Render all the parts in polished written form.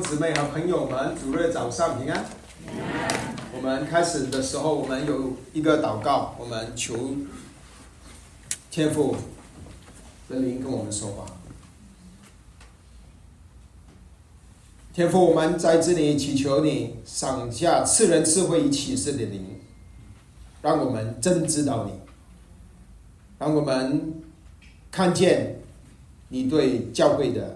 姊妹和朋友们，主日早上平安。我们开始的时候，我们有一个祷告，我们求天父的灵跟我们说话。天父，我们在这里祈求你赏下赐人智慧与启示的灵，让我们真知道你，让我们看见你对教会的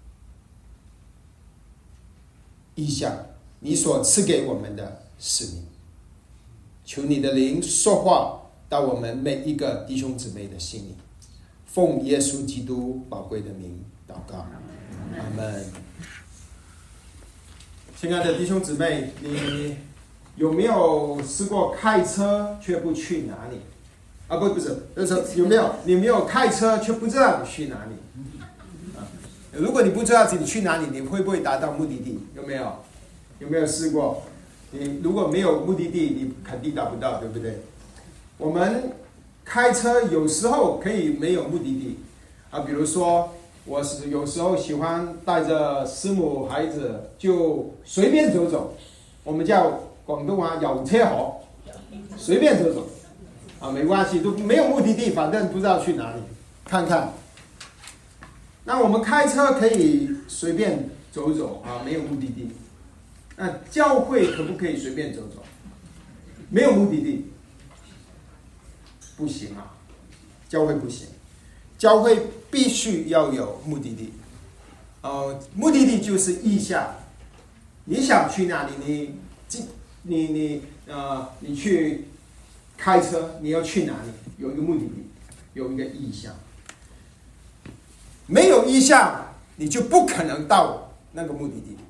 意向，你所赐给我们的使命。求你的灵说话到我们每一个弟兄姊妹的心里，奉耶稣基督宝贵的名祷告，阿们。亲爱的弟兄姊妹，你有没有试过开车却不去哪里？就是有没有你没有开车却不知道你去哪里？如果你不知道自己去哪里，你会不会达到目的地？有没有试过？你如果没有目的地，你肯定达不到，对不对？我们开车有时候可以没有目的地啊，比如说我有时候喜欢带着师母孩子就随便走走，我们叫广东话有车河，随便走走啊，没关系，都没有目的地，反正不知道去哪里，看看。那我们开车可以随便走走啊，没有目的地。那教会可不可以随便走走？没有目的地，不行啊，教会不行，教会必须要有目的地。目的地就是意向，你想去哪里？你去开车，你要去哪里？有一个目的地，有一个意向。没有意向，你就不可能到那个目的地。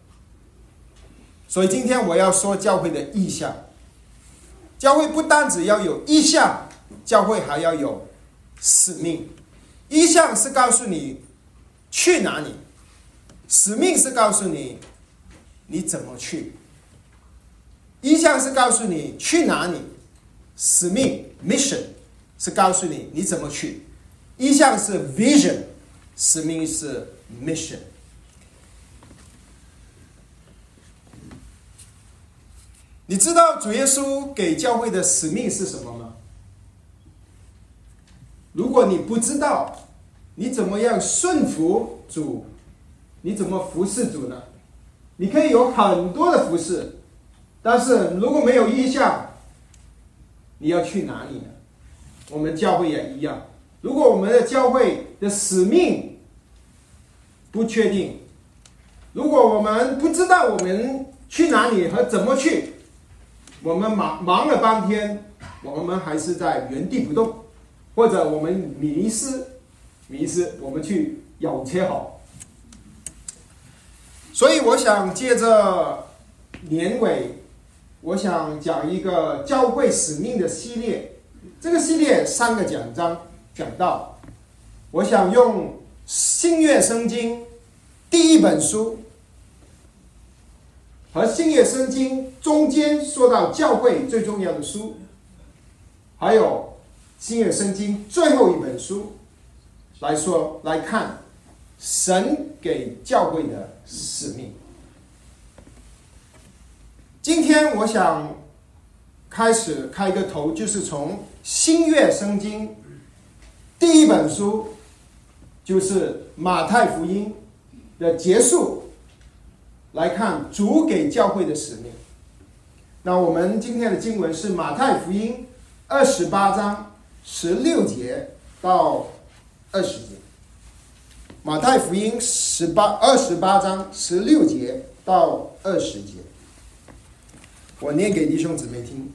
所以今天我要说教会的意向。教会不单只要有意向，教会还要有使命。意向是告诉你去哪里，使命是告诉你你怎么去。意向是告诉你去哪里，使命 mission 是告诉你你怎么去。意向是 vision， 使命是 mission。你知道主耶稣给教会的使命是什么吗？如果你不知道，你怎么样顺服主？你怎么服侍主呢？你可以有很多的服侍，但是如果没有意向，你要去哪里呢？我们教会也一样，如果我们的教会的使命不确定，如果我们不知道我们去哪里和怎么去，我们忙了半天，我们还是在原地不动，或者我们迷失，我们去有车河。所以我想借着年尾，我想讲一个教会使命的系列。这个系列3个讲章讲到，我想用新约圣经第1本书和新约圣经中间说到教会最重要的书，还有新约圣经最后1本书来看神给教会的使命。今天我想开始开个头，就是从新约圣经第1本书，就是马太福音的结束，来看主给教会的使命。那我们今天的经文是马太福音28章16节到20节。马太福音28章16节到20节，我念给弟兄姊妹听。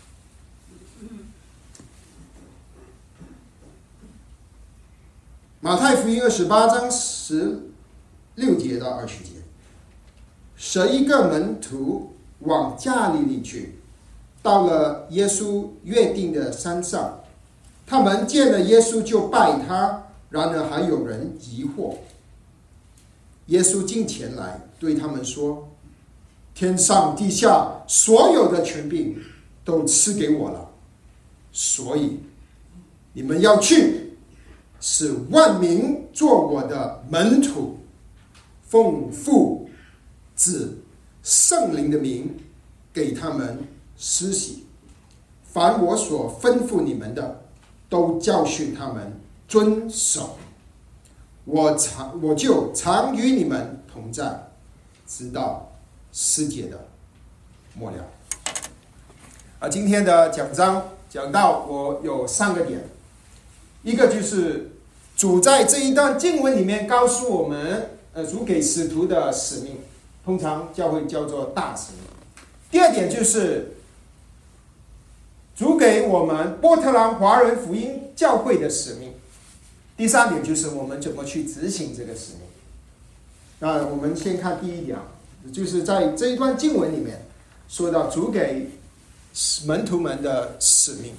马太福音28章16节到20节。11个门徒往加利利去，到了耶稣约定的山上，他们见了耶稣就拜他，然而还有人疑惑。耶稣近前来对他们说：天上地下所有的权柄都赐给我了，所以你们要去，使万民做我的门徒，奉父子、圣灵的名给他们施洗。凡我所吩咐你们的，都教训他们遵守。我就常与你们同在，直到世界的末了。今天的讲章讲到我有3个点，一个就是主在这一段经文里面告诉我们，主给使徒的使命，通常教会叫做大使命。第二点就是主给我们波特兰华人福音教会的使命。第3点就是我们怎么去执行这个使命。那我们先看第一点，就是在这一段经文里面说到主给门徒们的使命。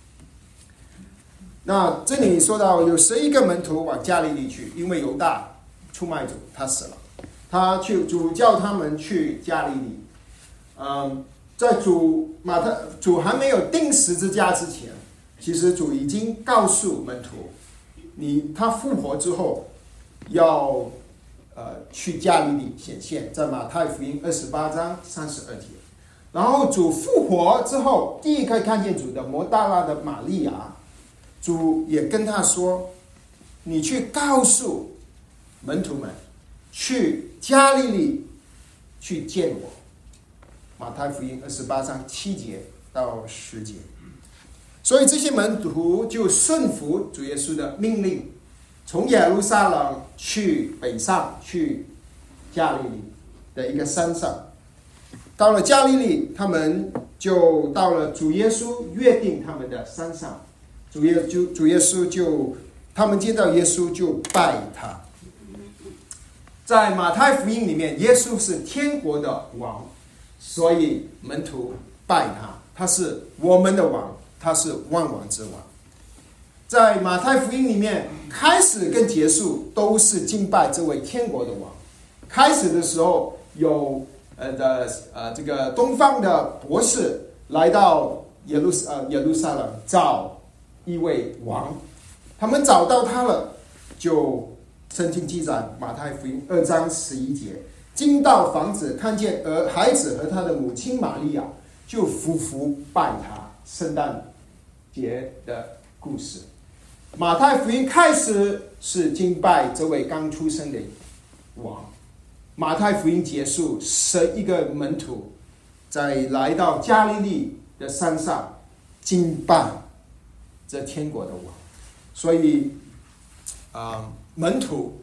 那这里说到有11个门徒往加利利去，因为犹大出卖主，他死了，主叫他们去加利利。在主还没有钉十字架之前，其实主已经告诉门徒，他复活之后要去加利利显现，在马太福音28章32节。然后主复活之后，第一个看见主的摩大拉的玛利亚，主也跟他说，你去告诉门徒们去加利利去见我。马太福音28章7节到10节。所以这些门徒就顺服主耶稣的命令，从耶路撒冷去北上，去加利利的一个山上。到了加利利，他们就到了主耶稣约定他们的山上。主耶稣他们见到耶稣就拜他。在马太福音里面，耶稣是天国的王，所以门徒拜他，他是我们的王，他是万王之王。在马太福音里面，开始跟结束都是敬拜这位天国的王。开始的时候有这个东方的博士来到耶路撒冷找一位王，他们找到他了，就圣经记载马太福音2章11节，进到房子看见孩子和他的母亲玛利亚，就伏拜他。圣诞节的故事，马太福音开始是敬拜这位刚出生的王，马太福音结束11个门徒在来到加利利的山上敬拜这天国的王。所以门徒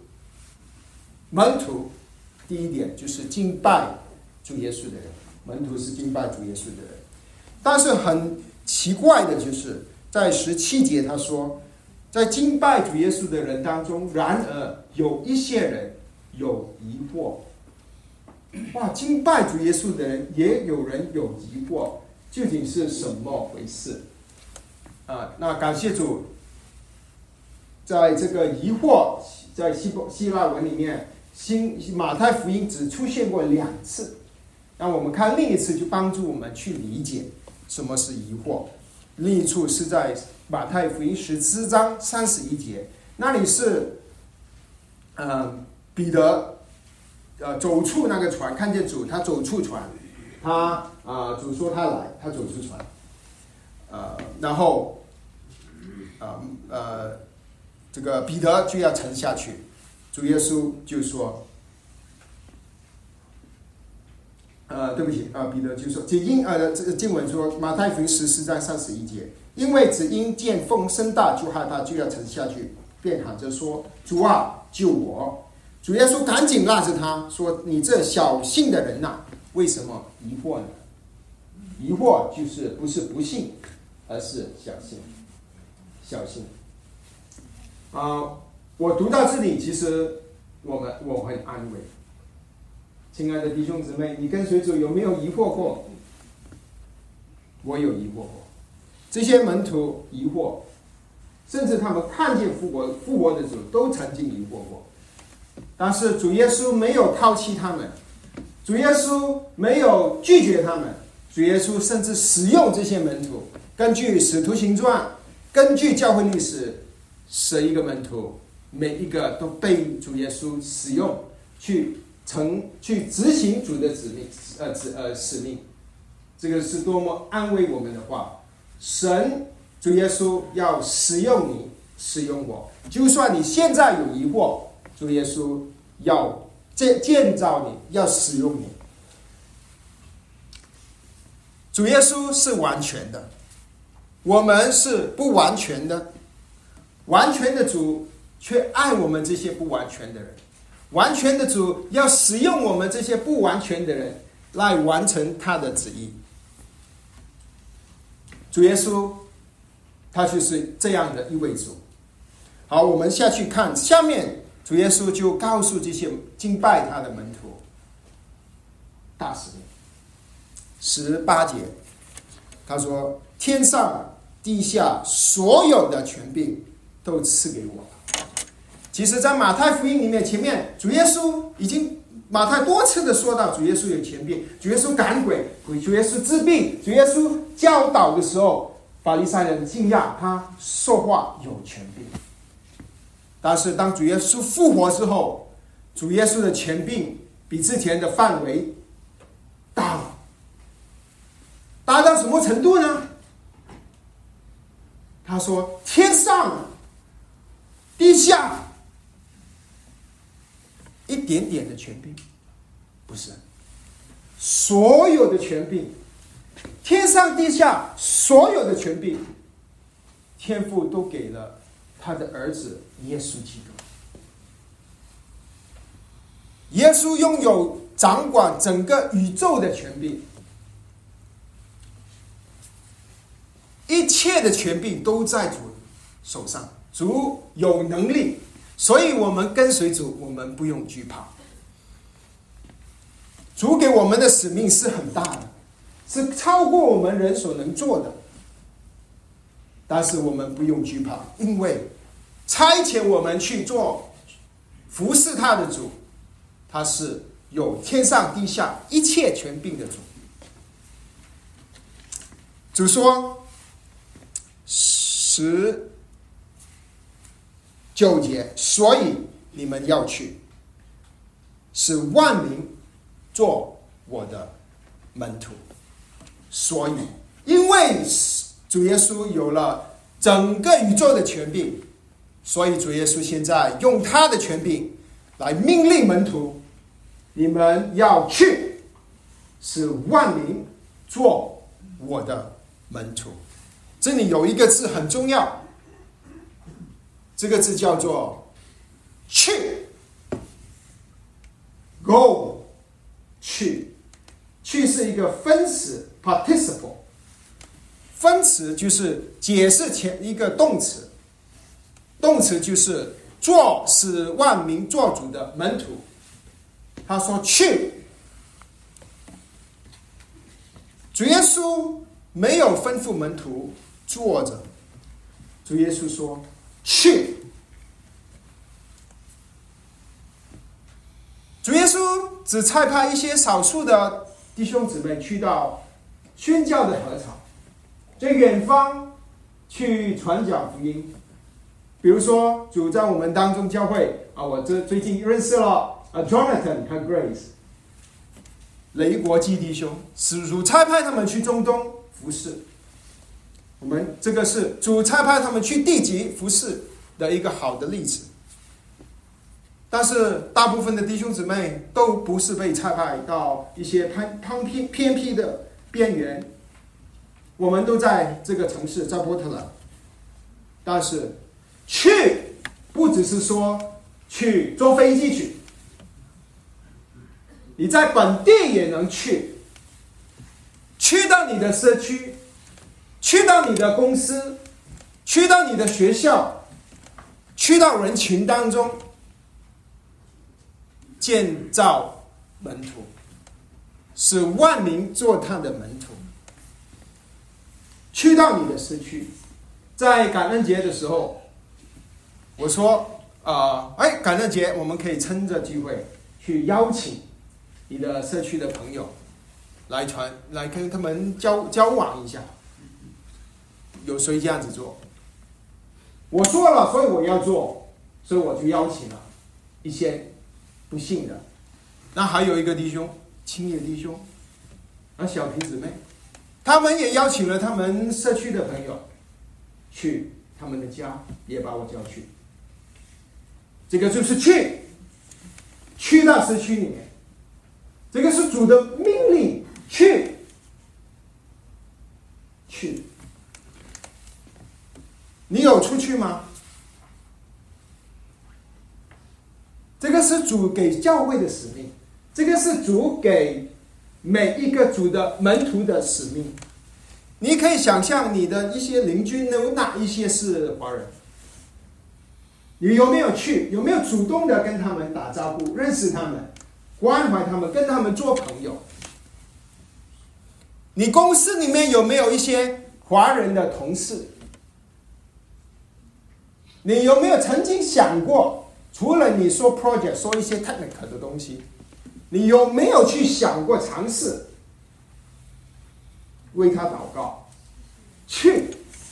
第一点就是敬拜主耶稣的人，门徒是敬拜主耶稣的人。但是很奇怪的就是在17节他说，在敬拜主耶稣的人当中，然而有一些人有疑惑。哇，敬拜主耶稣的人也有人有疑惑，究竟是什么回事？那感谢主，在这个疑惑在希腊文里面，马太福音只出现过2次。那我们看另一次，就帮助我们去理解什么是疑惑。另一处是在马太福音14章31节，那里是彼得走出那个船，看见主，他走出船，主说他来，他走出船，然后这个彼得就要沉下去，主耶稣就说，对不起，彼得就说，这经文说，马太福音14章31节，因为只因见风声大就害怕，就要沉下去，便喊着说，主啊，救我！主耶稣赶紧拉着他说，你这小信的人呐，为什么疑惑呢？疑惑就是不是不信，而是小信。我读到这里，其实我很安慰。亲爱的弟兄姊妹，你跟随主有没有疑惑过？我有疑惑过。这些门徒疑惑，甚至他们看见复活的主都曾经疑惑过。但是主耶稣没有抛弃他们，主耶稣没有拒绝他们，主耶稣甚至使用这些门徒。根据使徒行传，根据教会历史，11个门徒每一个都被主耶稣使用去去执行主的使命。这个是多么安慰我们的话！神主耶稣要使用你，使用我。就算你现在有疑惑，主耶稣要建造你，要使用你。主耶稣是完全的，我们是不完全的。完全的主却爱我们这些不完全的人，完全的主要使用我们这些不完全的人来完成他的旨意。主耶稣他就是这样的一位主。好，我们下去看下面，主耶稣就告诉这些敬拜他的门徒大使命。18节他说，天上地下所有的权柄都赐给我了。其实在马太福音里面，前面主耶稣已经马太多次的说到主耶稣有权柄，主耶稣赶鬼，主耶稣治病，主耶稣教导的时候，法利赛人惊讶他说话有权柄。但是当主耶稣复活之后，主耶稣的权柄比之前的范围大了。大到什么程度呢？他说天上地下一点点的权柄，不是所有的权柄，天上地下所有的权柄，天父都给了他的儿子耶稣基督。耶稣拥有掌管整个宇宙的权柄，一切的权柄都在主手上，主有能力，所以我们跟随主，我们不用惧怕。主给我们的使命是很大的，是超过我们人所能做的，但是我们不用惧怕，因为差遣我们去做服侍他的主，他是有天上地下一切权柄的主。主说19节，所以你们要去，使万民做我的门徒。所以因为主耶稣有了整个宇宙的权柄，所以主耶稣现在用他的权柄来命令门徒，你们要去，使万民做我的门徒。这里有一个字很重要，这个字叫做去 ，go 去是一个分词 participle， 分词就是解释前一个动词，动词就是做，使万民做主的门徒。他说去，主耶稣没有吩咐门徒坐着，主耶稣说去。主耶稣只差派一些少数的弟兄姊妹去到宣教的禾场，在远方去传讲福音。比如说主在我们当中教会我最近认识了Jonathan 和 Grace 雷国基弟兄，主差派他们去中东服侍。我们这个是主差派他们去地级服侍的一个好的例子。但是大部分的弟兄姊妹都不是被差派到一些偏僻的边缘，我们都在这个城市，在波特兰。但是去不只是说去坐飞机去，你在本地也能去，去到你的社区，去到你的公司，去到你的学校，去到人群当中，建造门徒，使万民做他的门徒。去到你的社区，在感恩节的时候，我说感恩节我们可以趁着机会去邀请你的社区的朋友来跟他们交往一下。有谁这样子做？我说了，所以我要做，所以我就邀请了一些不信的那还有一个弟兄，青叶弟兄，小平姊妹，他们也邀请了他们社区的朋友去他们的家，也把我叫去。这个就是去到社区里面，这个是主的命令，去。你有出去吗？这个是主给教会的使命，这个是主给每一个主的门徒的使命。你可以想象你的一些邻居有哪一些是华人？你有没有去？有没有主动的跟他们打招呼，认识他们，关怀他们，跟他们做朋友？你公司里面有没有一些华人的同事？你有没有曾经想过，除了你说 project 说一些 technical 的东西，你有没有去想过尝试为他祷告？去，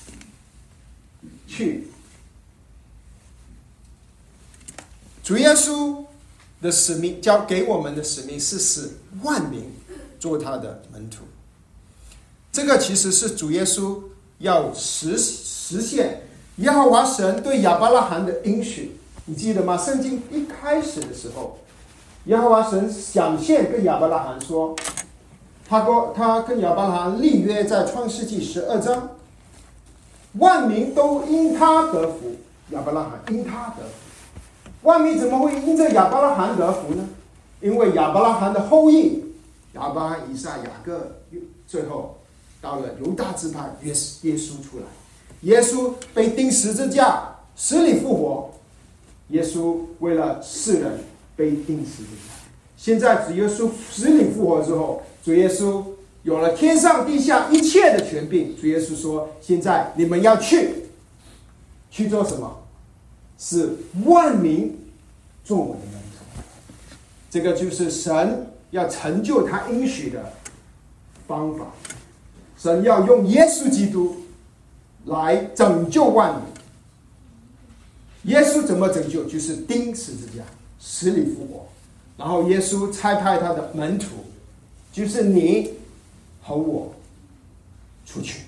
主耶稣的使命，交给我们的使命是使万民做他的门徒。这个其实是主耶稣要实现耶和华神对亚伯拉罕的应许，你记得吗？圣经一开始的时候，耶和华神显现跟亚伯拉罕说，他跟亚伯拉罕立约，在创世纪12章，万民都因他得福。亚伯拉罕因他得福，万民怎么会因着亚伯拉罕得福呢？因为亚伯拉罕的后裔，亚伯拉罕、以撒、雅各，最后到了犹大支派，耶稣出来。耶稣被钉十字架，死里复活。耶稣为了世人被钉十字架。现在主耶稣死里复活之后，主耶稣有了天上地下一切的权柄。主耶稣说：“现在你们要去做什么？是万民做我的门徒。”这个就是神要成就他应许的方法。神要用耶稣基督来拯救万民。耶稣怎么拯救？就是钉十字架，死里复活。然后耶稣差派他的门徒，就是你和我，出去。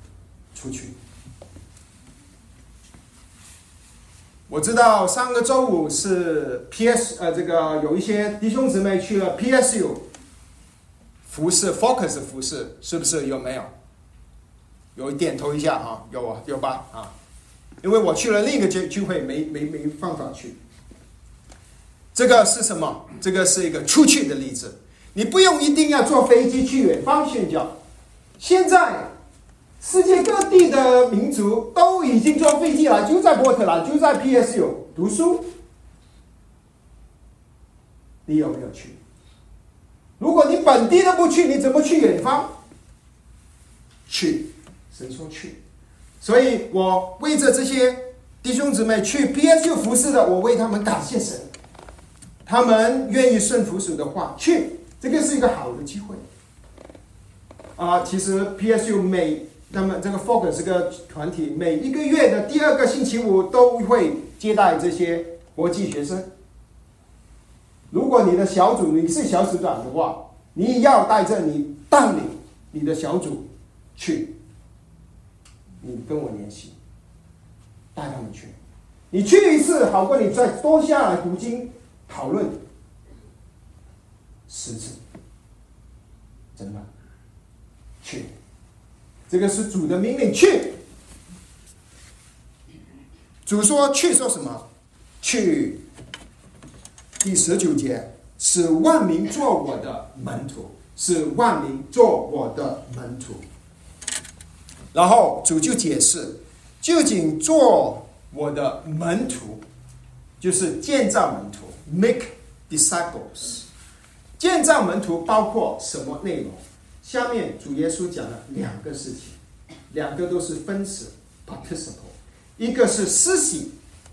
我知道上个周五是这个有一些弟兄姊妹去了 PSU 服侍 Focus 服侍，是不是？有没有？有点头一下啊，有吧啊？因为我去了另一个聚会，没办法去。这个是什么？这个是一个出去的例子。你不用一定要坐飞机去远方宣教。现在世界各地的民族都已经坐飞机来，就在波特兰，就在 PSU 读书。你有没有去？如果你本地都不去，你怎么去远方？去，神说去。所以我为着这些弟兄姊妹去 PSU 服侍的，我为他们感谢神。他们愿意顺服主的话去，这个是一个好的机会。其实 PSU 那么这个 Focus 这个团体每一个月的第2个星期五都会接待这些国际学生。如果你的小组，你是小组长的话，你要带着你带领你的小组去，你跟我联系，带他们去。你去一次好过你再多下来读经讨论10次，真的去。这个是主的命令，去。主说去说什么？去。第19节，使万民做我的门徒，使万民做我的门徒。然后主就解释，究竟做我的门徒，就是建造门徒 ，make disciples。建造门徒包括什么内容？下面主耶稣讲了2个事情，2个都是分词 participle， 一个是施洗，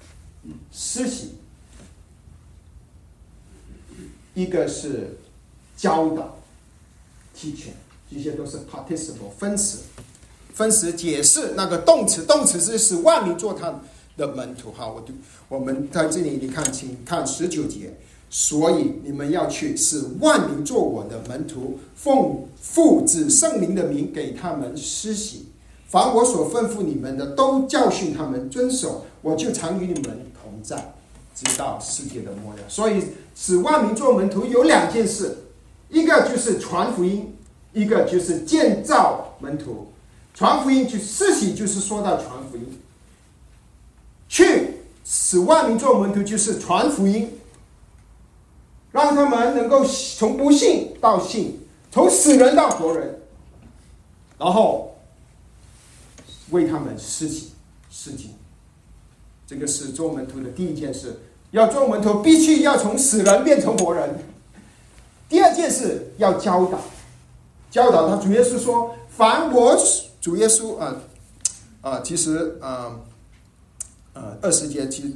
一个是教导 teaching， 这些都是 participle 分词解释那个动词是使万民做他的门徒。好，我们在这里你看，请看19节， 所以你们要去，使万民做我的门徒，奉父子圣灵的名给他们施洗。凡我所吩咐你们的，都教训他们遵守，我就常与你们同在，直到世界的末了。所以使万民做门徒有两件事，一个就是传福音，一个就是建造门徒。传福音就施洗，就是说到传福音。去使万民做门徒，就是传福音，让他们能够从不信到信，从死人到活人，然后为他们施洗施浸。这个是做门徒的第一件事。要做门徒，必须要从死人变成活人。第二件事要教导，教导他。主耶稣说：“凡我主耶稣其实20节，其实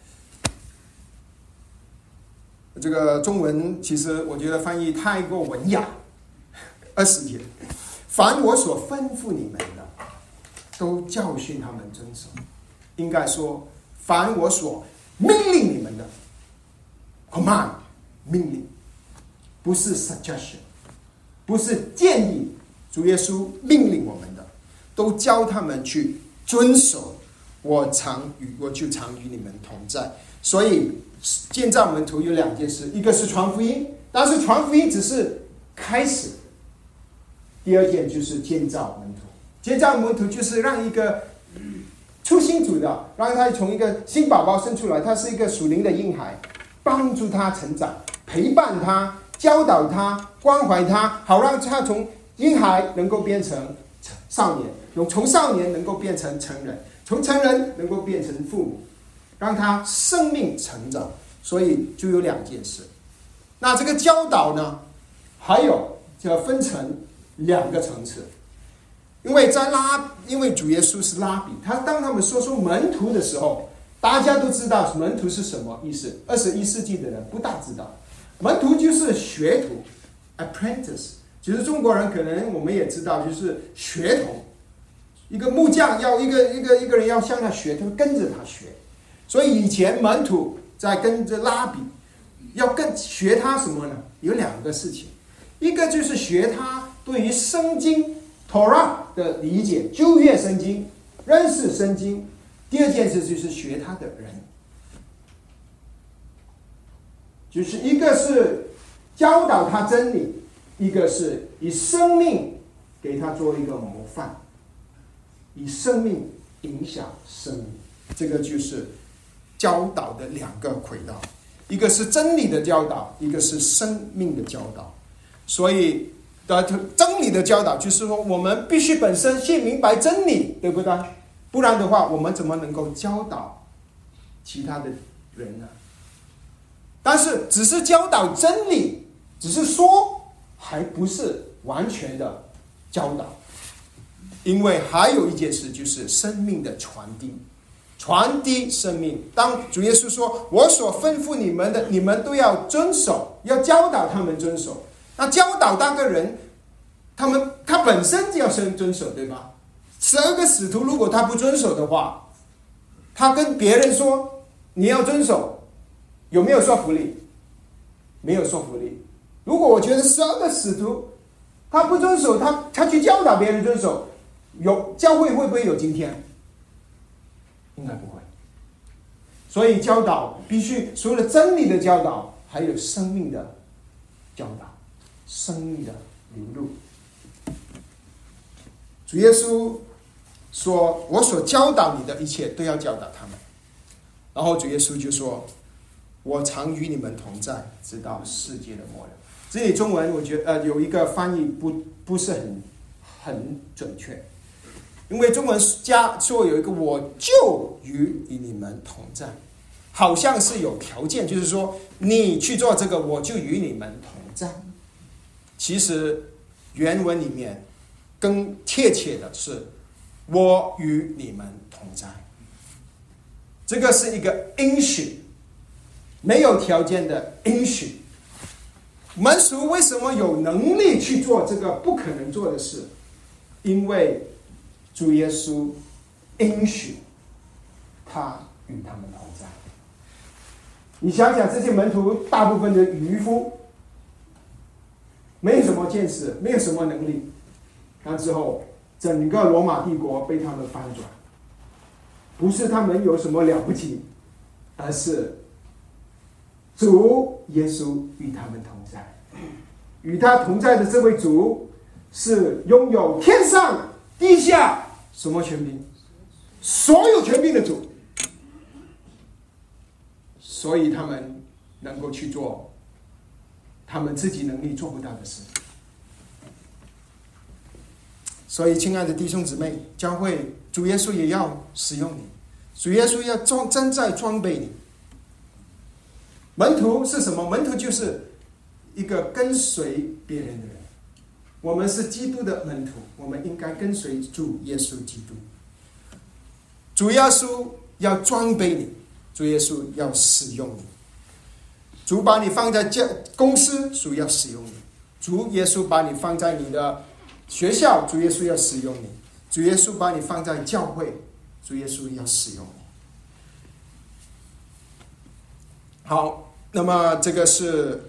这个中文其实我觉得翻译太过文雅。20节，凡我所吩咐你们的，都教训他们遵守。应该说，凡我所命令你们的 ，command 命令，不是 suggestion， 不是建议。主耶稣命令我们的，都教他们去遵守。我就常与你们同在。所以建造门徒有两件事，一个是传福音，但是传福音只是开始。第二件就是建造门徒。建造门徒就是让一个初信主的，让他从一个新宝宝生出来，他是一个属灵的婴孩，帮助他成长，陪伴他，教导他，关怀他，好让他从婴孩能够变成少年，从少年能够变成成人，从成人能够变成父母，让他生命成长。所以就有两件事。那这个教导呢，还有就要分成两个层次。因为主耶稣是拉比，当他们说门徒的时候，大家都知道门徒是什么意思。21世纪的人不大知道，门徒就是学徒 ，apprentice。其实中国人可能我们也知道，就是学童。一个木匠要一个人要向他学，他会跟着他学。所以以前门徒在跟着拉比，要学他什么呢？有两个事情，一个就是学他对于圣经 Torah 的理解，旧约圣经，认识圣经。第二件事就是学他的人，就是一个是教导他真理，一个是以生命给他做一个模范，以生命影响生命。这个就是教导的两个轨道，一个是真理的教导，一个是生命的教导。所以真理的教导就是说，我们必须本身先明白真理，对不对？不然的话，我们怎么能够教导其他的人呢？但是只是教导真理，只是说，还不是完全的教导。因为还有一件事，就是生命的传递，传递生命。当主耶稣说：“我所吩咐你们的，你们都要遵守，要教导他们遵守。”那教导那个人，他本身就要遵守，对吧？12个使徒如果他不遵守的话，他跟别人说你要遵守，有没有说服力？没有说服力。如果我觉得12个使徒他不遵守，他去教导别人遵守，教会会不会有今天？应该不会。所以教导必须除了真理的教导，还有生命的教导，生命的流露。主耶稣说：“我所教导你的一切，都要教导他们。”然后主耶稣就说：“我常与你们同在，直到世界的末了。”这里中文我觉得有一个翻译不是很准确，因为中文加说有一个“我就与你们同在”，好像是有条件，就是说你去做这个，我就与你们同在。其实原文里面更贴切的是“我与你们同在”，这个是一个应许，没有条件的应许。门徒为什么有能力去做这个不可能做的事？因为主耶稣应许他与他们同在。 你想想，这些门徒大部分的渔夫，没有什么见识，没有什么能力，那之后整个罗马帝国被他们翻转，不是他们有什么了不起，而是主耶稣与他们同在，与他同在的这位主是拥有天上地下什么权柄？所有权柄的主，所以他们能够去做他们自己能力做不到的事。所以，亲爱的弟兄姊妹，教会主耶稣也要使用你，主耶稣要真在装备你。门徒是什么？门徒就是一个跟随别人的人。我们是基督的门徒，我们应该跟随主耶稣基督。主耶稣要装备你，主耶稣要使用你。主把你放在公司，主要使用你；主耶稣把你放在你的学校，主耶稣要使用你；主耶稣把你放在教会，主耶稣要使用你。好，那么这个是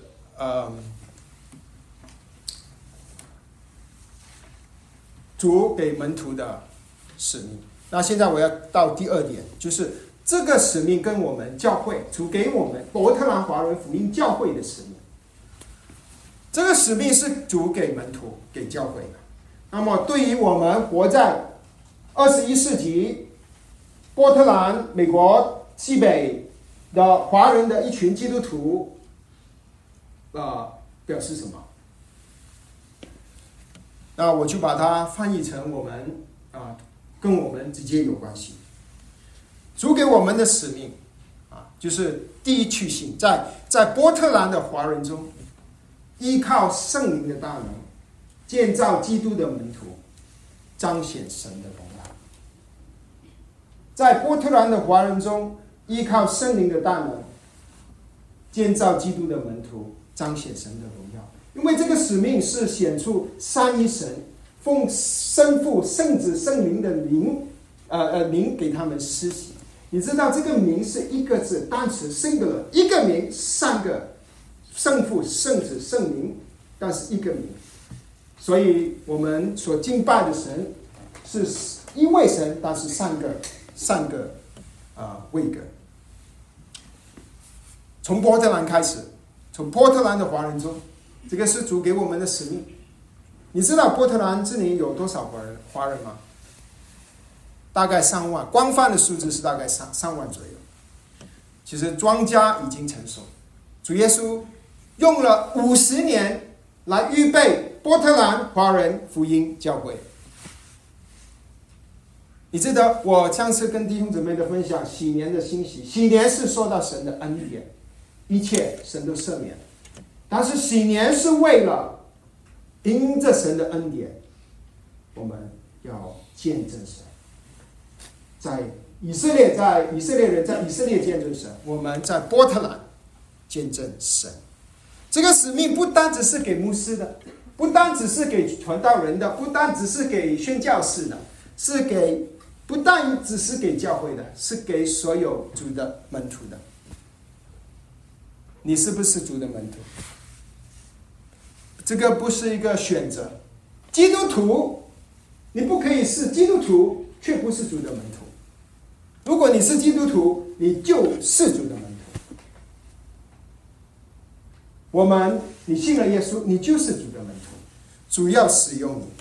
主给门徒的使命。那现在我要到第二点，就是这个使命跟我们教会，主给我们伯特兰华人福音教会的使命。这个使命是主给门徒、给教会的。那么对于我们活在21世纪波特兰美国西北的华人的一群基督徒，表示什么？那我就把它翻译成我们跟我们直接有关系。主给我们的使命就是第一去信，在波特兰的华人中，依靠圣灵的大能，建造基督的门徒，彰显神的荣耀。在波特兰的华人中，依靠圣灵的大能，建造基督的门徒，彰显神的荣耀。因为这个使命是显出三一神奉圣父、圣子、圣灵的灵给他们施洗。你知道这个名是一个字单词 singular， 一个名三个圣父、圣子、圣灵，但是一个名。所以我们所敬拜的神是一位神，但是三个位格。从波特兰开始，从波特兰的华人中，这个是主给我们的使命。你知道波特兰这里有多少华人吗？大概3万，官方的数字是大概3万左右。其实庄稼已经成熟，主耶稣用了50年来预备波特兰华人福音教会。你记得我上次跟弟兄姊妹的分享，喜年的欣喜，喜年是受到神的恩典，一切神都赦免，但是喜年是为了因着神的恩典，我们要见证神。在以色列人在以色列见证神，我们在波特兰见证神。这个使命不单只是给牧师的，不单只是给传道人的，不单只是给宣教士的，不但只是给教会的，是给所有主的门徒的。你是不是主的门徒？这个不是一个选择。基督徒，你不可以是基督徒却不是主的门徒。如果你是基督徒，你就是主的门徒。你信了耶稣，你就是主的门徒，主要使用你。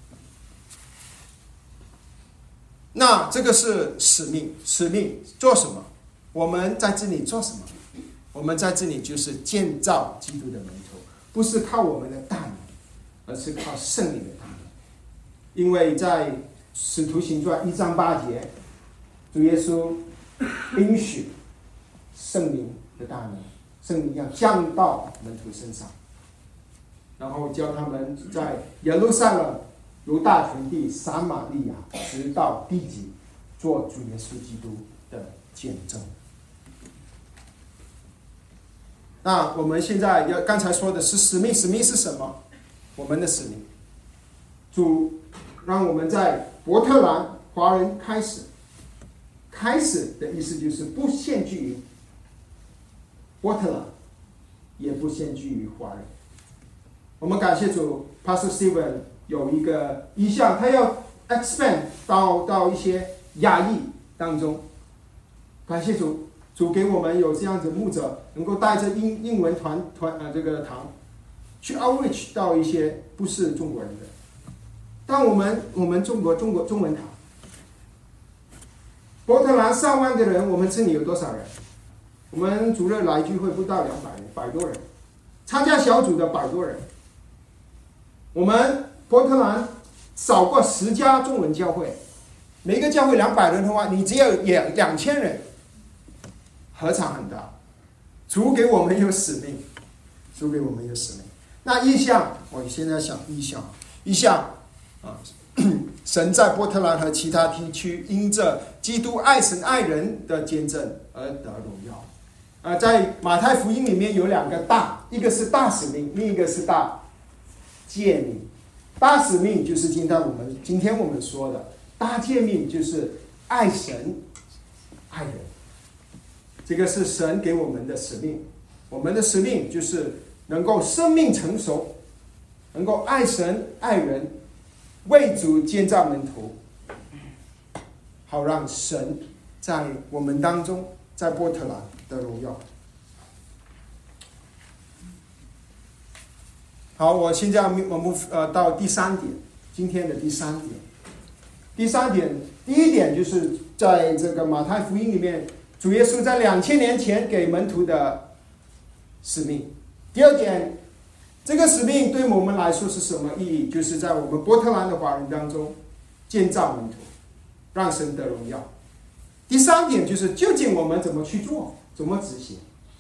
那这个是使命做什么？我们在这里做什么？我们在这里就是建造基督的门徒，不是靠我们的大能，而是靠圣灵的大能。因为在使徒行传1章8节，主耶稣应许圣灵的大能，圣灵要降到门徒身上，然后教他们在耶路撒冷、犹大全地、撒玛利亚，直到地极，做主耶稣基督的见证。那我们现在刚才说的是使命，使命是什么？我们的使命，主让我们在伯特兰华人开始的意思就是不限制于波特兰也不限制于华人。我们感谢主 ，Pastor Steven 有一个意向，他要 expand 到一些亚裔当中。感谢主，主给我们有这样子牧者，能够带着英文这个堂去 outreach 到一些不是中国人的。但我们中文堂，波特兰3万的人，我们这里有多少人？我们主日来聚会不到200人，100多人，参加小组的100多人。我们波特兰少过10家中文教会，每个教会200人的话，你只有2000人，何尝很大？主给我们有使命，主给我们有使命。那意向，我现在想意向啊，神在波特兰和其他地区因着基督爱神爱人的见证而得荣耀。在马太福音里面有2个大，一个是大使命，另一个是大诫命。大使命就是今天我们说的，大诫命就是爱神爱人。这个是神给我们的使命，我们的使命就是能够生命成熟，能够爱神爱人，为主建造门徒，好让神在我们当中，在波特兰的荣耀。好，我现在到第3点，今天的第3点。第一点就是在这个马太福音里面，主耶稣在2000年前给门徒的使命。第二点，这个使命对我们来说是什么意义？就是在我们波特兰的华人当中建造门徒，让神得荣耀。第3点就是究竟我们怎么去做，怎么执行。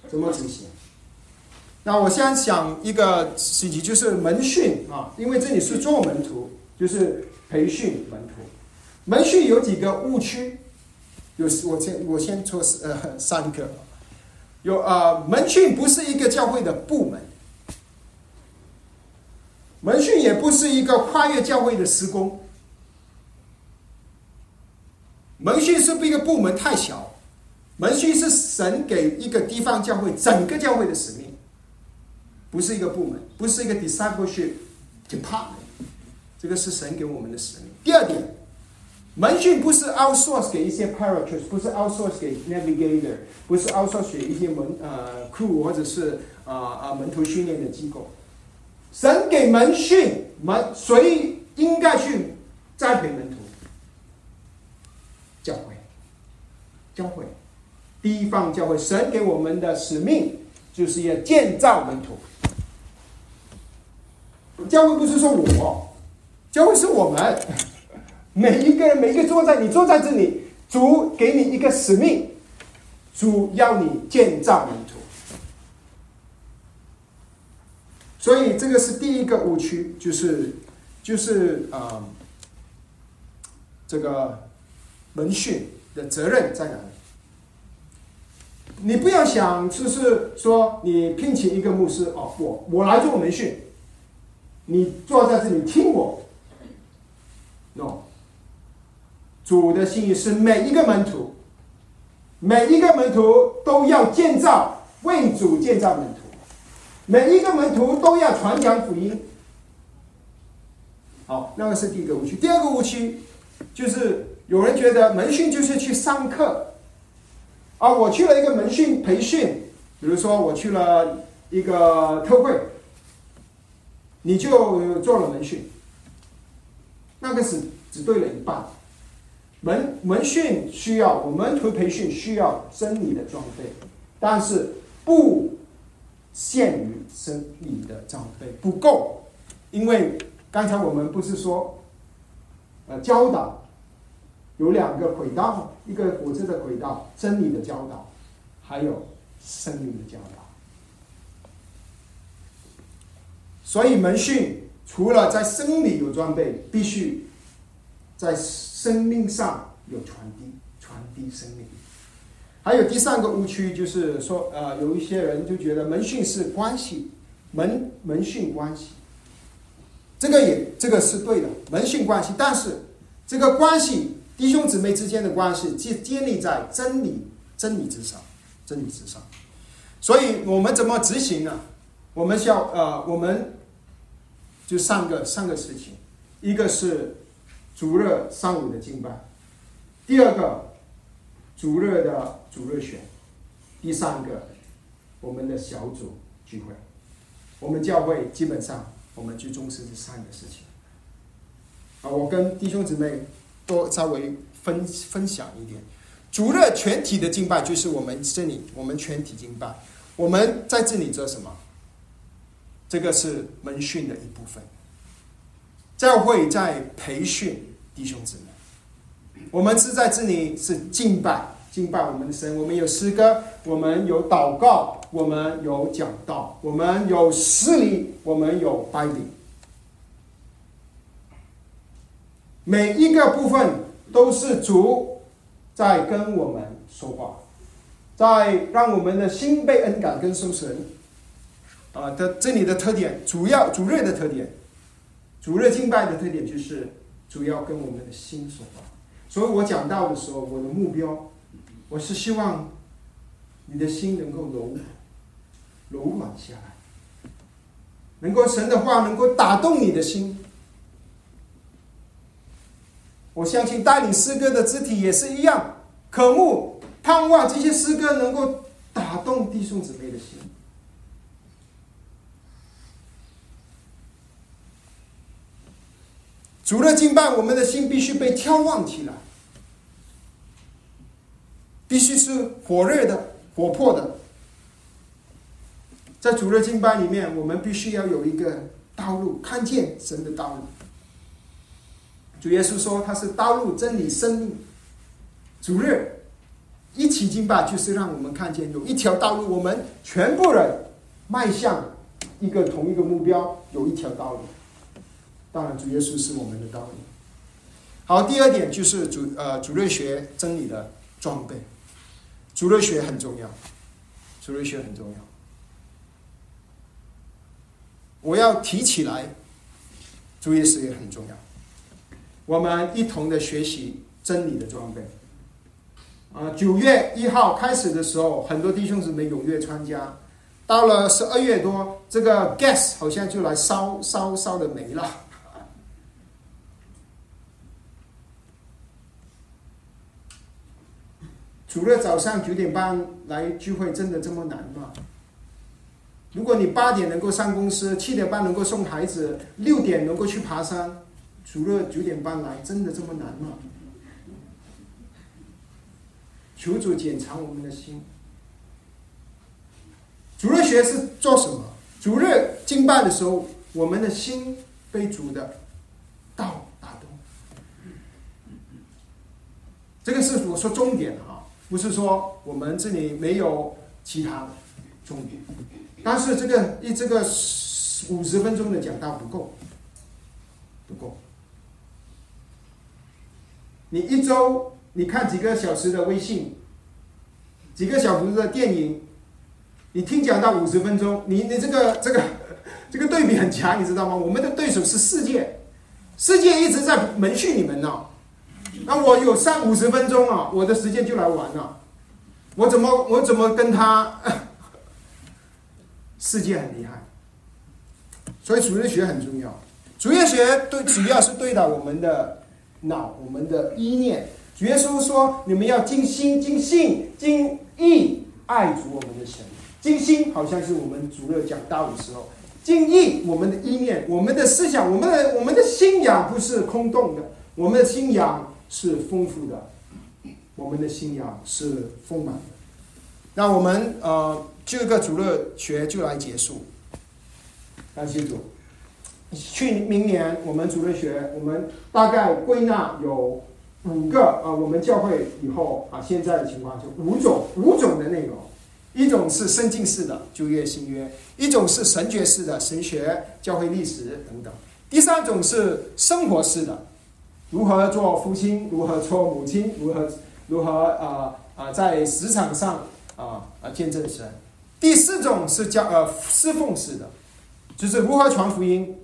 那我现在想一个事情，就是门训啊，因为这里是做门徒，就是培训门徒。门训有几个误区，我先说3个。门训不是一个教会的部门，门训也不是一个跨越教会的施工，门训是一个部门太小，门训是神给一个地方教会整个教会的使命。不是一个部门，不是一个 discipleship department， 这个是神给我们的使命。第二点，门训不是 outsource 给一些 parachurch， 不是 outsource 给 navigator， 不是 outsource 给一些crew 或者是门徒训练的机构。神给门训，谁应该去栽培门徒？教会，地方教会。神给我们的使命就是要建造门徒。教会不是说我，教会是我们，每一个人，每一个你坐在这里，主给你一个使命，主要你建造门徒。所以这个是第一个误区，就是这个门训的责任在哪里？你不要想就是说你聘请一个牧师我来做门训，你坐在这里听我。No， 主的心意是每一个门徒都要建造，为主建造门徒，每一个门徒都要传讲福音。好，那个是第一个误区。第二个误区就是有人觉得门训就是去上课。我去了一个门训培训，比如说我去了一个特会，你就做了门训，那个是只对了一半。门训需要，我们培训需要真理的装备，但是不限于真理的装备，不够。因为刚才我们不是说教导有2个轨道，一个火车的轨道，真理的教导，还有生命的教导。所以门训除了在生理有装备，必须在生命上有传递生命。还有第3个误区就是说，有一些人就觉得门训是关系，门训关系，这个是对的，门训关系，但是这个关系。弟兄姊妹之间的关系建立在真理之上。 所以我们怎么执行呢？我们就三个事情，一个是主日上午的敬拜，第二个主日的主日学，第三个我们的小组聚会。我们教会基本上我们就重视这三个事情。我跟弟兄姊妹多稍微分享一点。主日全体的敬拜就是我们这里，我们全体敬拜。我们在这里做什么？这个是门训的一部分。教会在培训弟兄姊妹，我们是在这里是敬拜我们的神。我们有诗歌，我们有祷告，我们有讲道，我们有施礼，我们有拜礼。每一个部分都是主在跟我们说话，在让我们的心被恩感跟受神这里的特点，主日的特点，主日敬拜的特点就是主要跟我们的心说话。所以我讲到的时候，我的目标，我是希望你的心能够柔软下来，能够神的话能够打动你的心。我相信带领诗歌的肢体也是一样，渴慕盼望这些诗歌能够打动弟兄姊妹的心。主日敬拜，我们的心必须被挑旺起来，必须是火热的、活泼的。在主日敬拜里面，我们必须要有一个道路，看见神的道路。主耶稣说他是道路、真理、生命。主日一起敬拜，就是让我们看见有一条道路，我们全部人迈向同一个目标，有一条道路。当然主耶稣是我们的道路。好，第二点就是主日学真理的装备。主日学很重要，主日学很重要。我要提起来，主耶稣也很重要。我们一同的学习真理的装备。9月1号开始的时候，很多弟兄姊妹踊跃参加。到了12月多，这个 gas 好像就来烧的没了。主日早上9点半来聚会，真的这么难吗？如果你8点能够上公司，7点半能够送孩子，6点能够去爬山，主日9点半来，真的这么难吗？求主检查我们的心。主日学是做什么？主日敬拜的时候，我们的心被主的道打动。这个是我说重点不是说我们这里没有其他的重点。但是这个50分钟的讲道不够。你一周你看几个小时的微信，几个小时的电影，你听讲到50分钟，你这个对比很强，你知道吗？我们的对手是世界一直在门训你们呢。那我有上50分钟我的时间就来玩了。我怎么跟他？世界很厉害，所以主日学很重要。主日学主要是对待我们的脑，我们的意念。主耶稣说：“你们要尽心、尽性、尽意爱主我们的神。”尽心好像是我们主日讲道的时候，尽意我们的意念、我们的思想、我们的信仰不是空洞的，我们的信仰是丰富的，我们的信仰是丰满的。那我们这个主日学就来结束，感谢主。明年我们主日学，我们大概归纳有5个我们教会以后现在的情况就5种的内容。一种是圣经式的旧约新约，一种是神学式的神学、教会历史等等。第3种是生活式的，如何做父亲，如何做母亲，如何在职场上见证神。第4种是侍奉式的，就是如何传福音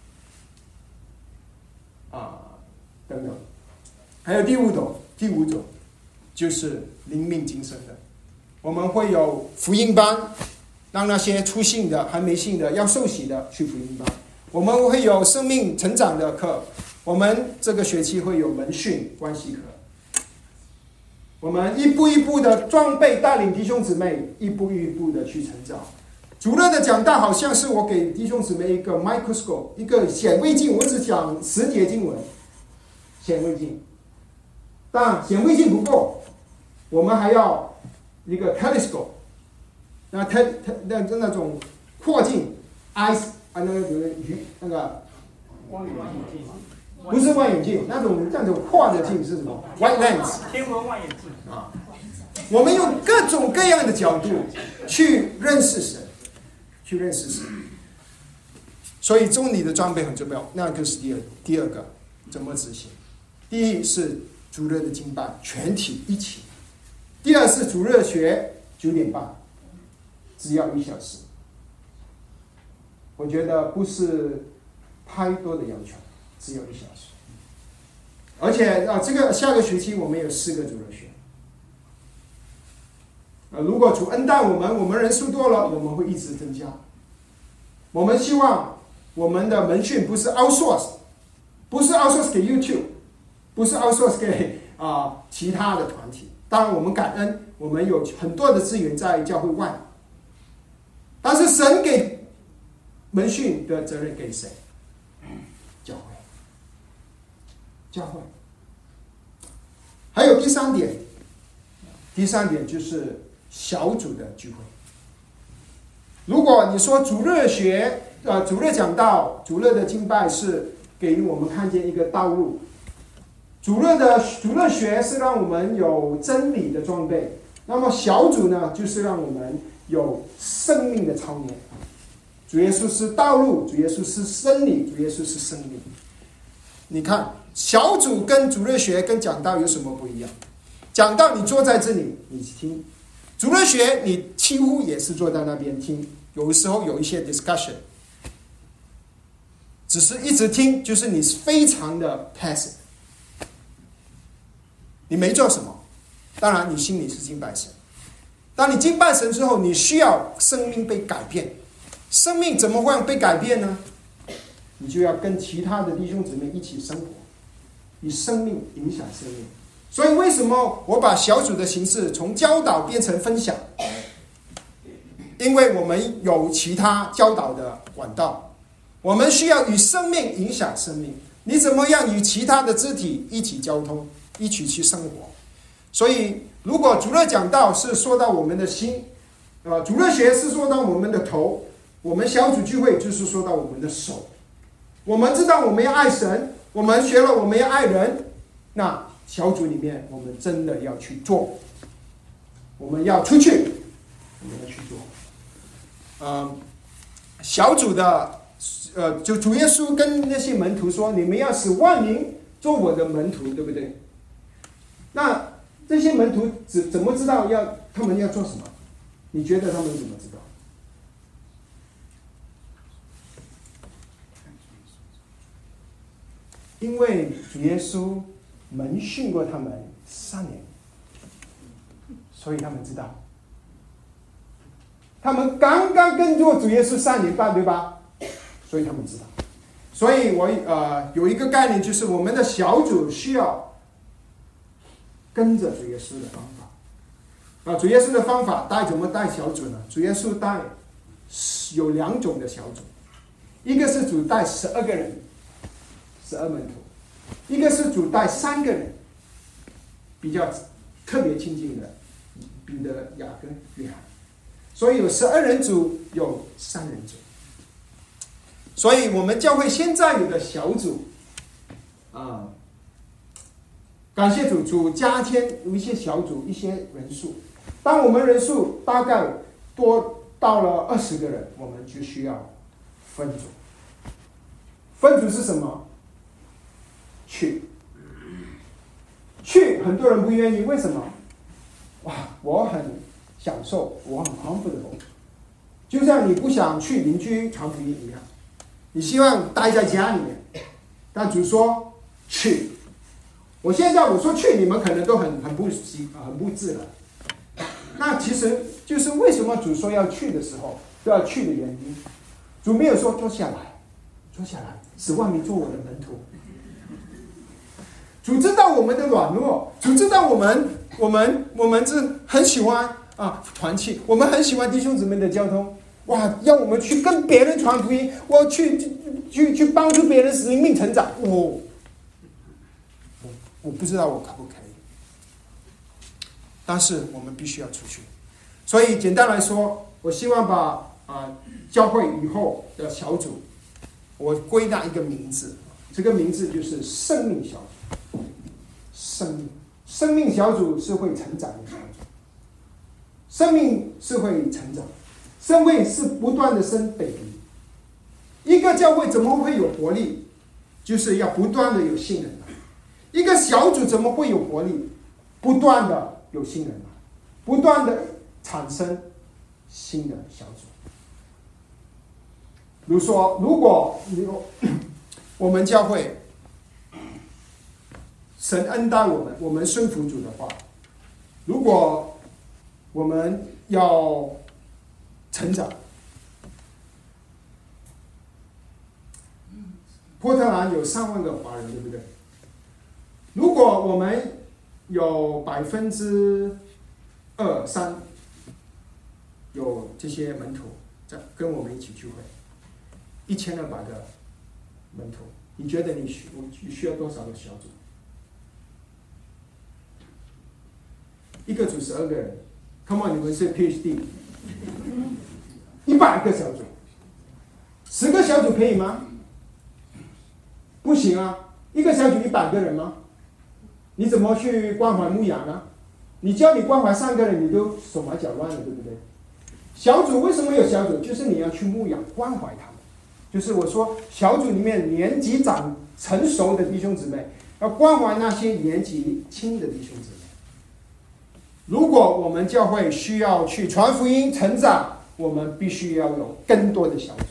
等等。还有第5种就是灵命精神的，我们会有福音班， 让那些初信的、还没信的、要受洗的去福音班。我们会有生命成长的课，我们这个学期会有门训关系课。我们一步一步的装备，带领弟兄姊妹一步一步的去成长。主任的讲道好像是我给弟兄姊妹一个 microscope， 一个显微镜，我只讲10节经文，显微镜。但显微镜不够，我们还要一个 telescope， 那种扩镜 ，eyes 那个望远镜。 不是望远镜，那种扩的镜是什么 ？Wide lens， 天文望远镜啊。我们用各种各样的角度去认识神，去认识神。所以中理的装备很重要，那就是第二个怎么执行。第一是主日的敬拜，全体一起；第二是主日学9点半，只要1小时。我觉得不是太多的要求。只有1小时，而且这个下个学期我们有4个主日学。如果主恩待我们人数多了，我们会一直增加。我们希望我们的门训不是 outsource， 不是 outsource 给 YouTube， 不是 outsource 给其他的团体。当然我们感恩，我们有很多的资源在教会外，但是神给门训的责任给谁？教会。还有第三点就是小组的聚会。如果你说主日学、主日讲道、主日的敬拜是给我们看见一个道路，主日学是让我们有真理的装备，那么小组呢，就是让我们有生命的操练。主耶稣是道路，主耶稣是真理，主耶稣是生命。你看。小组跟主日学跟讲道有什么不一样？讲道你坐在这里你听，主日学你几乎也是坐在那边听，有的时候有一些 discussion， 只是一直听，就是你非常的 passive， 你没做什么，当然你心里是敬拜神。当你敬拜神之后，你需要生命被改变。生命怎么会被改变呢？你就要跟其他的弟兄姊妹一起生活，以生命影响生命。所以为什么我把小组的形式从教导变成分享？因为我们有其他教导的管道，我们需要与生命影响生命。你怎么样与其他的肢体一起交通，一起去生活？所以如果主日讲道是说到我们的心，主日学是说到我们的头，我们小组聚会就是说到我们的手。我们知道我们要爱神，我们学了我们要爱人，那小组里面我们真的要去做，我们要出去，我们要去做。小组的就主耶稣跟那些门徒说，你们要使万民做我的门徒，对不对？那这些门徒怎么知道他们要做什么？你觉得他们怎么知道？因为主耶稣门训过他们3年，所以他们知道。他们刚刚跟着主耶稣3年半，对吧？所以他们知道。所以我有一个概念，就是我们的小组需要跟着主耶稣的方法。主耶稣的方法怎么带小组呢？主耶稣带有2种的小组，一个是主带12个人，12门徒，一个是主带3个人，比较特别亲近的彼得、雅各、约翰。所以有12人组，有3人组。所以我们教会现在有的小组感谢主加添有一些小组一些人数。当我们人数大概多到了20个人，我们就需要分组。分组是什么？去，很多人不愿意，为什么？我很享受，我很 comfortable， 就像你不想去邻居传福音一样，你希望待在家里面。但主说去，我现在我说去，你们可能都很不自然。 那其实就是为什么主说要去的时候都要去的原因。主没有说坐下来，使万民做我的门徒。主知道我们的软弱，主知道我们是很喜欢团契，我们很喜欢弟兄姊妹的交通。哇，要我们去跟别人传福音，我去帮助别人灵命成长。我不知道我可不可以，但是我们必须要出去。所以简单来说，我希望把教会以后的小组，我归纳一个名字，这个名字就是生命小组。生命小组是会成长的小组，生命是会成长，生命是不断的生 baby。一个教会怎么会有活力？就是要不断的有新人来。一个小组怎么会有活力？不断的有新人来，不断的产生新的小组。比如说，如果我们教会神恩待我们顺服主的话，如果我们要成长，波特兰有3万个华人，对不对？如果我们有2%、3%有这些门徒在跟我们一起聚会，1200个门徒，你觉得你需要多少个小组？一个组12个人 ，Come on， 你们是 PhD， 100个小组，10个小组可以吗？不行啊，一个小组100个人吗？你怎么去关怀牧养呢？你叫你关怀3个人，你都手忙脚乱了，对不对？小组为什么有小组？就是你要去牧养关怀他们。就是我说小组里面年纪成熟的弟兄姊妹，要关怀那些年纪轻的弟兄姊妹。如果我们教会需要去传福音成长，我们必须要有更多的小组。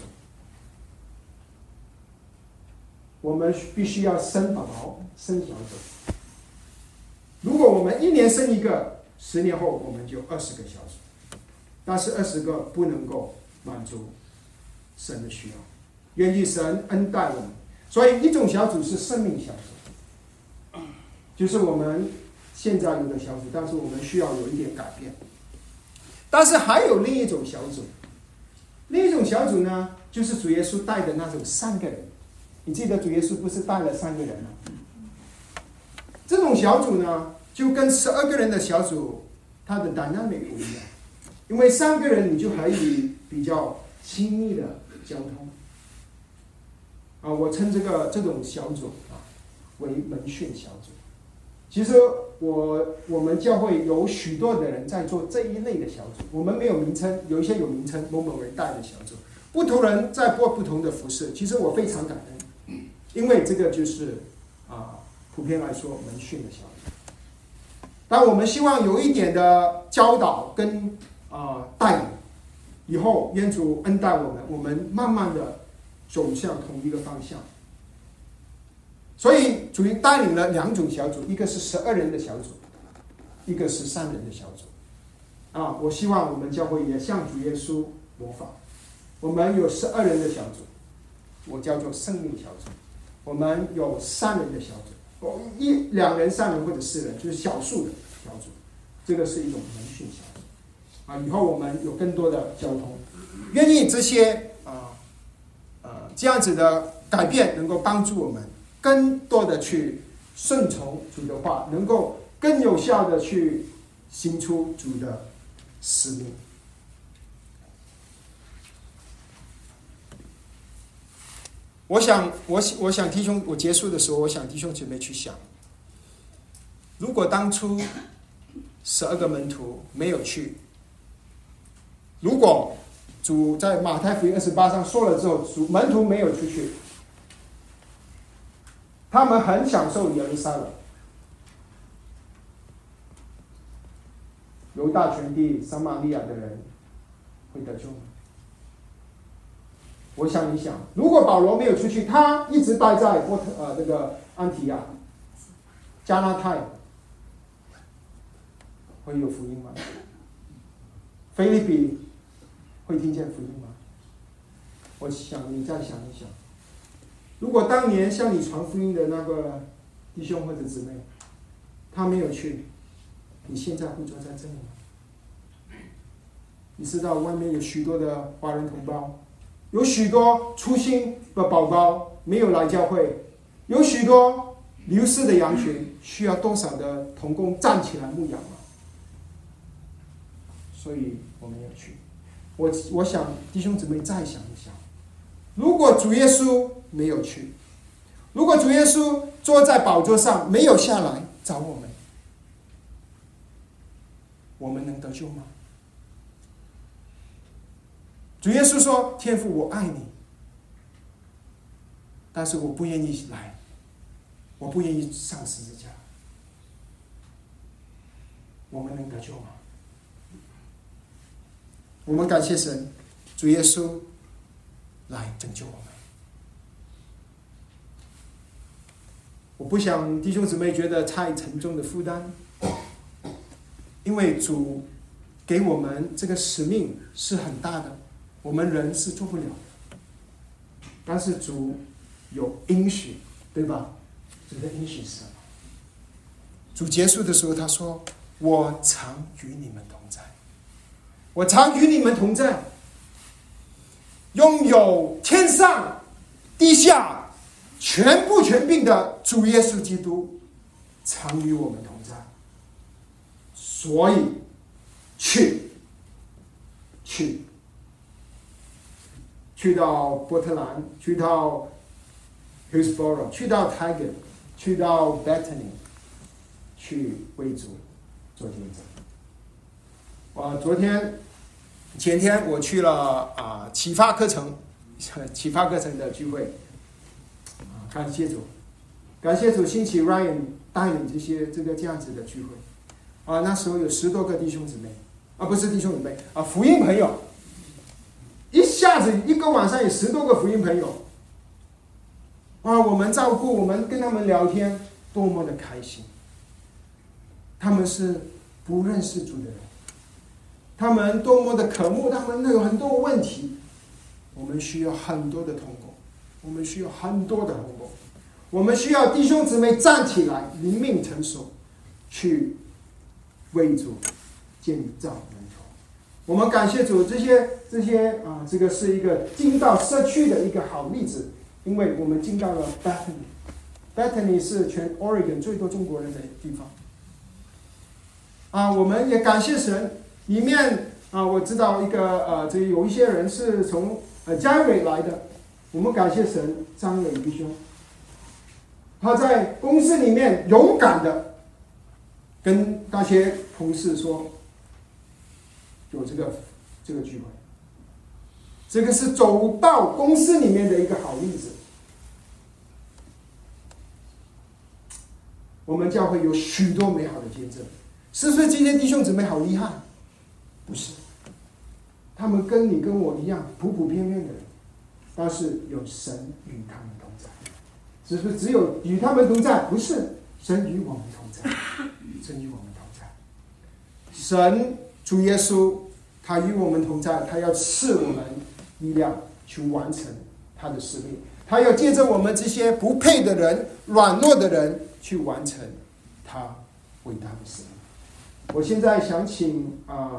我们必须要生宝宝，生小组。如果我们1年生1个，10年后我们就20个小组。但是20个不能够满足神的需要，愿意神恩待我们。所以一种小组是生命小组，就是我们现在有的小组，但是我们需要有一点改变。但是还有另一种小组，另一种小组呢，就是主耶稣带的那种3个人。你记得主耶稣不是带了3个人吗？这种小组呢，就跟12个人的小组，它的 dynamic 不一样。因为3个人你就可以比较亲密的交通。我称这种小组为门训小组。其实我们教会有许多的人在做这一类的小组，我们没有名称，有一些有名称，某某人带的小组，不同人在做不同的服事。其实我非常感恩，因为这个就是普遍来说门训的小组。但我们希望有一点的教导跟带领，以后愿主恩待我们慢慢的走向同一个方向。所以主带领了2种小组，一个是12人的小组，一个是3人的小组。我希望我们教会也向主耶稣模仿，我们有12人的小组，我叫做生命小组；我们有3人的小组，2人、3人或者4人，就是小数的小组。这个是一种门训小组。以后我们有更多的交通，愿意这些这样子的改变能够帮助我们更多的去顺从主的话，能够更有效的去行出主的使命。我想弟兄，我结束的时候，我想弟兄姐妹去想，如果当初12个门徒没有去，如果主在马太福音28上说了之后，门徒没有出去，他们很享受耶路撒冷，犹大全地、撒玛利亚的人会得救吗？我想一想，如果保罗没有出去，他一直待在这个安提亚、加拉太，会有福音吗？ 腓立比会听见福音吗？我想你再想一想，如果当年向你传福音的那个弟兄或者姊妹，他没有去，你现在会坐在这里吗？你知道外面有许多的华人同胞，有许多初心的宝宝没有来教会，有许多流失的羊群，需要多少的同工站起来牧养吗？所以我们要去。我想弟兄姊妹再想一想，如果主耶稣没有去，如果主耶稣坐在宝座上没有下来找我们，我们能得救吗？主耶稣说：“天父，我爱你，但是我不愿意来，我不愿意上十字架。”我们能得救吗？我们感谢神，主耶稣来拯救我们。我不想弟兄姊妹觉得太沉重的负担，因为主给我们这个使命是很大的，我们人是做不了的。但是主有应许，对吧？主的应许是什么？主结束的时候他说：“我常与你们同在。”我常与你们同在，拥有天上地下全部权柄的主耶稣基督常与我们同在。所以去到波特兰，去到 Hillsborough， 去到 Tiger， 去到 Bethany， 去为主做见证。前天我去了启发课程的聚会，感谢主兴起 Ryan 带领这样子的聚会，那时候有10多个弟兄姊妹，不是弟兄姊妹福音朋友，一下子一个晚上有10多个福音朋友，我们照顾，我们跟他们聊天，多么的开心。他们是不认识主的人，他们多么的渴慕，他们有很多问题，我们需要很多的同工，我们需要很多的同工，我们需要弟兄姊妹站起来，灵命成熟，去为主建造门徒。我们感谢主，这个是一个进到社区的一个好例子，因为我们进到了 Bethany 是全 Oregon 最多中国人的地方。我们也感谢神，里面我知道有一些人是从嘉伟来的，我们感谢神，张伟弟兄，他在公司里面勇敢的跟那些同事说，有这个聚会，这个是走到公司里面的一个好例子。我们教会有许多美好的见证。是不是这些弟兄姊妹好厉害？不是，他们跟你跟我一样普遍的人，但是有神与他们同在。是不是只有与他们同在？不是，神与我们同在，神与我们同在。神主耶稣他与我们同在，他要赐我们力量去完成他的使命，他要借着我们这些不配的人、软弱的人去完成他伟大的使命。我现在想请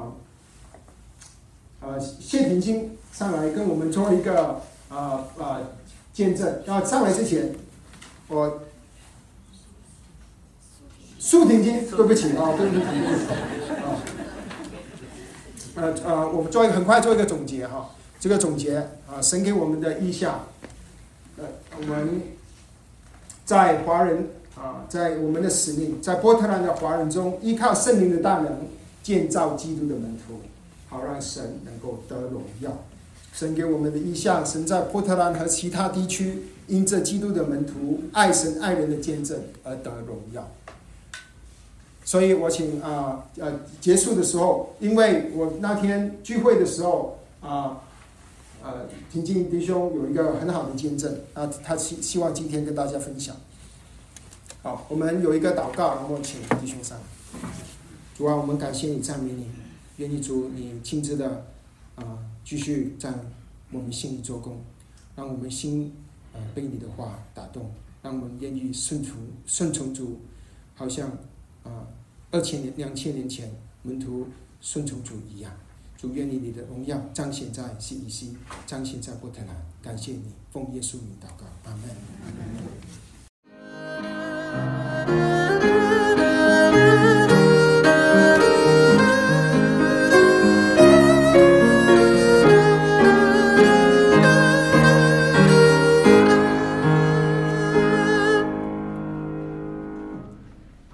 谢婷晶上来跟我们做一个见证。上来之前，苏婷晶，对不起对不起我们很快做一个总结哈。这个总结神给我们的意向，我们在华人。在我们的使命，在波特兰的华人中，依靠圣灵的大能，建造基督的门徒，好让神能够得荣耀。神给我们的意向，神在波特兰和其他地区，因着基督的门徒爱神爱人的见证而得荣耀。所以我请结束的时候，因为我那天聚会的时候婷静弟兄有一个很好的见证，他希望今天跟大家分享。好，我们有一个祷告，然后请弟兄上。主啊，我们感谢你，赞美你， 愿意主你亲自的继续在我们心里做工，让我们心被你的话打动，让我们愿意顺从主，好像2000年前门徒顺从主一样。主愿意你的荣耀彰显在CEC，彰显在波特兰。感谢你，奉耶稣名祷告，阿门。